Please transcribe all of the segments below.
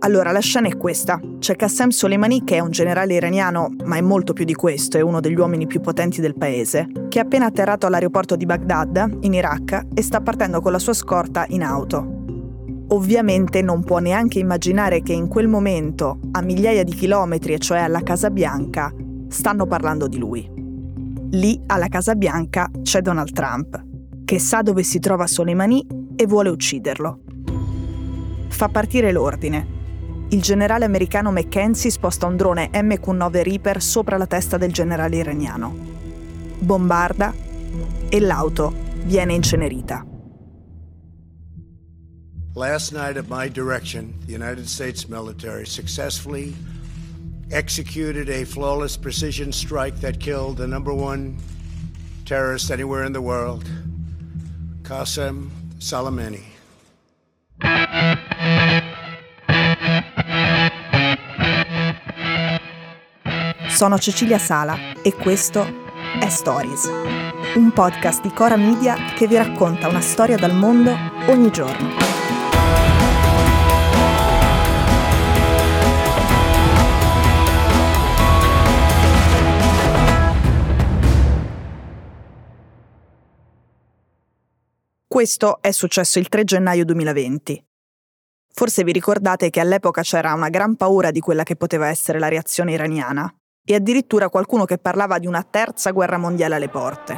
Allora, la scena è questa. C'è Qassem Soleimani, che è un generale iraniano, ma è molto più di questo, è uno degli uomini più potenti del paese, che è appena atterrato all'aeroporto di Baghdad, in Iraq, e sta partendo con la sua scorta in auto. Ovviamente non può neanche immaginare che in quel momento, a migliaia di chilometri, e cioè alla Casa Bianca, stanno parlando di lui. Lì, alla Casa Bianca, c'è Donald Trump, che sa dove si trova Soleimani e vuole ucciderlo. Fa partire l'ordine. Il generale americano McKenzie sposta un drone MQ-9 Reaper sopra la testa del generale iraniano. Bombarda e l'auto viene incenerita. Last night at my direction, the United States military successfully executed a flawless precision strike that killed the number one terrorist anywhere in the world, Qassem Soleimani. Sono Cecilia Sala e questo è Stories, un podcast di Cora Media che vi racconta una storia dal mondo ogni giorno. Questo è successo il 3 gennaio 2020. Forse vi ricordate che all'epoca c'era una gran paura di quella che poteva essere la reazione iraniana e addirittura qualcuno che parlava di una terza guerra mondiale alle porte.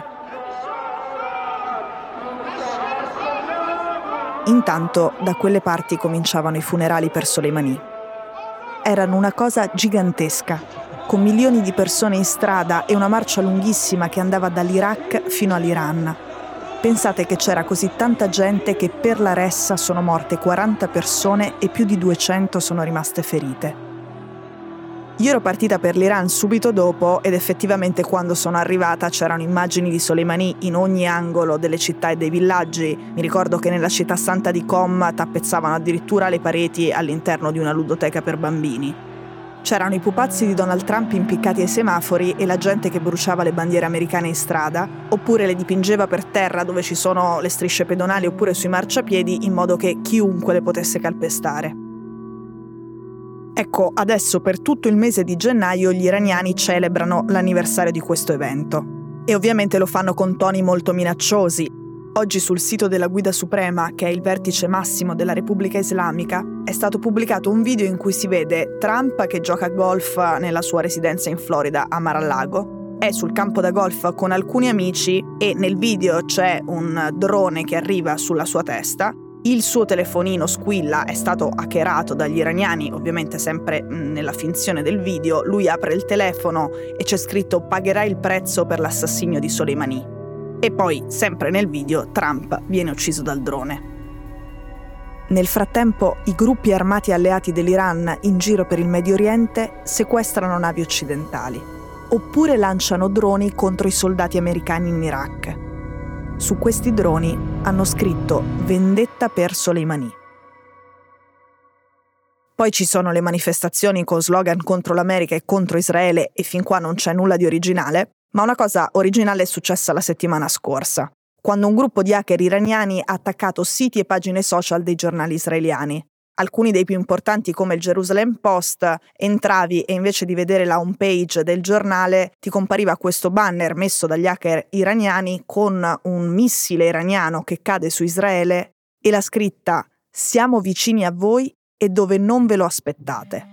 Intanto da quelle parti cominciavano i funerali per Soleimani. Erano una cosa gigantesca, con milioni di persone in strada e una marcia lunghissima che andava dall'Iraq fino all'Iran. Pensate che c'era così tanta gente che per la ressa sono morte 40 persone e più di 200 sono rimaste ferite. Io ero partita per l'Iran subito dopo ed effettivamente quando sono arrivata c'erano immagini di Soleimani in ogni angolo delle città e dei villaggi. Mi ricordo che nella città santa di Qom tappezzavano addirittura le pareti all'interno di una ludoteca per bambini. C'erano i pupazzi di Donald Trump impiccati ai semafori e la gente che bruciava le bandiere americane in strada, oppure le dipingeva per terra dove ci sono le strisce pedonali oppure sui marciapiedi in modo che chiunque le potesse calpestare. Ecco, adesso per tutto il mese di gennaio gli iraniani celebrano l'anniversario di questo evento. E ovviamente lo fanno con toni molto minacciosi. Oggi sul sito della Guida Suprema, che è il vertice massimo della Repubblica Islamica, è stato pubblicato un video in cui si vede Trump che gioca a golf nella sua residenza in Florida, a Mar-a-Lago. È sul campo da golf con alcuni amici e nel video c'è un drone che arriva sulla sua testa. Il suo telefonino squilla, è stato hackerato dagli iraniani, ovviamente sempre nella finzione del video. Lui apre il telefono e c'è scritto «Pagherai il prezzo per l'assassinio di Soleimani». E poi, sempre nel video, Trump viene ucciso dal drone. Nel frattempo, i gruppi armati alleati dell'Iran in giro per il Medio Oriente sequestrano navi occidentali, oppure lanciano droni contro i soldati americani in Iraq. Su questi droni hanno scritto «Vendetta per Soleimani». Poi ci sono le manifestazioni con slogan contro l'America e contro Israele e fin qua non c'è nulla di originale, ma una cosa originale è successa la settimana scorsa, quando un gruppo di hacker iraniani ha attaccato siti e pagine social dei giornali israeliani. Alcuni dei più importanti come il Jerusalem Post, entravi e invece di vedere la homepage del giornale ti compariva questo banner messo dagli hacker iraniani con un missile iraniano che cade su Israele e la scritta «Siamo vicini a voi e dove non ve lo aspettate».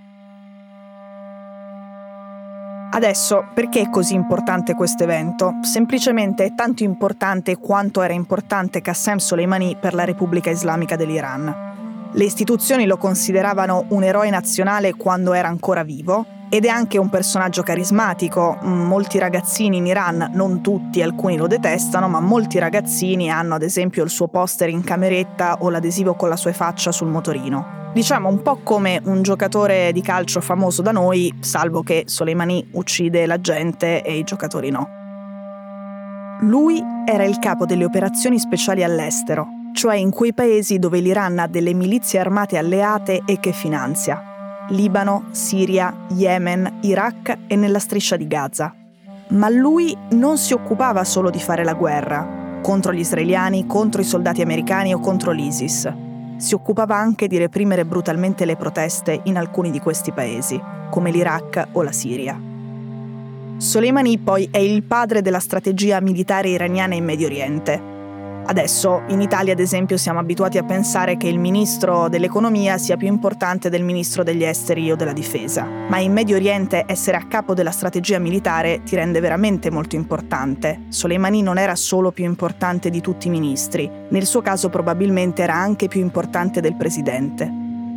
Adesso, perché è così importante questo evento? Semplicemente è tanto importante quanto era importante Qassem Soleimani per la Repubblica Islamica dell'Iran. Le istituzioni lo consideravano un eroe nazionale quando era ancora vivo ed è anche un personaggio carismatico. Molti ragazzini in Iran, non tutti, alcuni lo detestano, ma molti ragazzini hanno ad esempio il suo poster in cameretta o l'adesivo con la sua faccia sul motorino. Diciamo un po' come un giocatore di calcio famoso da noi, salvo che Soleimani uccide la gente e i giocatori no. Lui era il capo delle operazioni speciali all'estero, cioè in quei paesi dove l'Iran ha delle milizie armate alleate e che finanzia: Libano, Siria, Yemen, Iraq e nella striscia di Gaza. Ma lui non si occupava solo di fare la guerra, contro gli israeliani, contro i soldati americani o contro l'ISIS. si occupava anche di reprimere brutalmente le proteste in alcuni di questi paesi, come l'Iraq o la Siria. Soleimani poi è il padre della strategia militare iraniana in Medio Oriente. Adesso in Italia, ad esempio, siamo abituati a pensare che il ministro dell'economia sia più importante del ministro degli esteri o della difesa, ma in Medio Oriente essere a capo della strategia militare ti rende veramente molto importante. Soleimani non era solo più importante di tutti i ministri, nel suo caso probabilmente era anche più importante del presidente.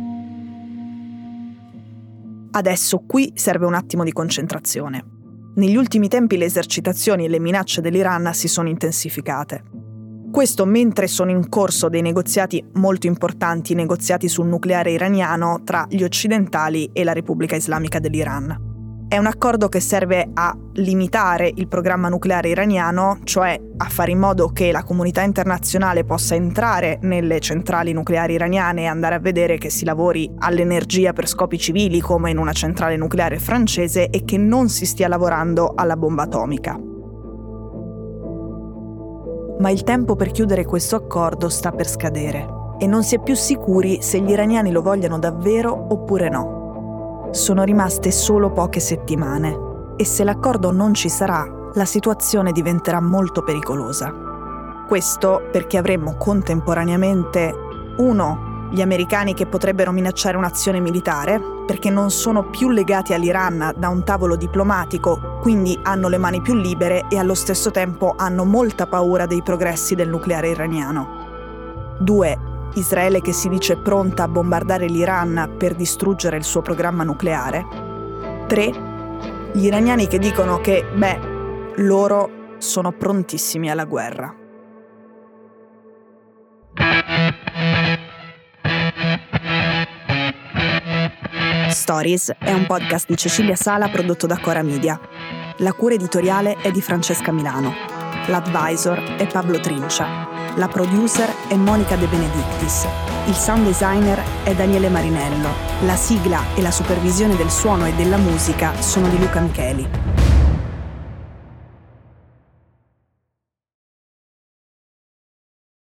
Adesso qui serve un attimo di concentrazione. Negli ultimi tempi le esercitazioni e le minacce dell'Iran si sono intensificate. Questo mentre sono in corso dei negoziati molto importanti, negoziati sul nucleare iraniano tra gli occidentali e la Repubblica Islamica dell'Iran. È un accordo che serve a limitare il programma nucleare iraniano, cioè a fare in modo che la comunità internazionale possa entrare nelle centrali nucleari iraniane e andare a vedere che si lavori all'energia per scopi civili come in una centrale nucleare francese e che non si stia lavorando alla bomba atomica. Ma il tempo per chiudere questo accordo sta per scadere e non si è più sicuri se gli iraniani lo vogliano davvero oppure no. Sono rimaste solo poche settimane e se l'accordo non ci sarà, la situazione diventerà molto pericolosa. Questo perché avremmo contemporaneamente 1. Gli americani che potrebbero minacciare un'azione militare, perché non sono più legati all'Iran da un tavolo diplomatico, quindi hanno le mani più libere e allo stesso tempo hanno molta paura dei progressi del nucleare iraniano. 2. Israele che si dice pronta a bombardare l'Iran per distruggere il suo programma nucleare. 3. Gli iraniani che dicono che, loro sono prontissimi alla guerra. Stories è un podcast di Cecilia Sala prodotto da Cora Media. La cura editoriale è di Francesca Milano. L'advisor è Pablo Trincia. La producer è Monica De Benedictis. Il sound designer è Daniele Marinello. La sigla e la supervisione del suono e della musica sono di Luca Micheli.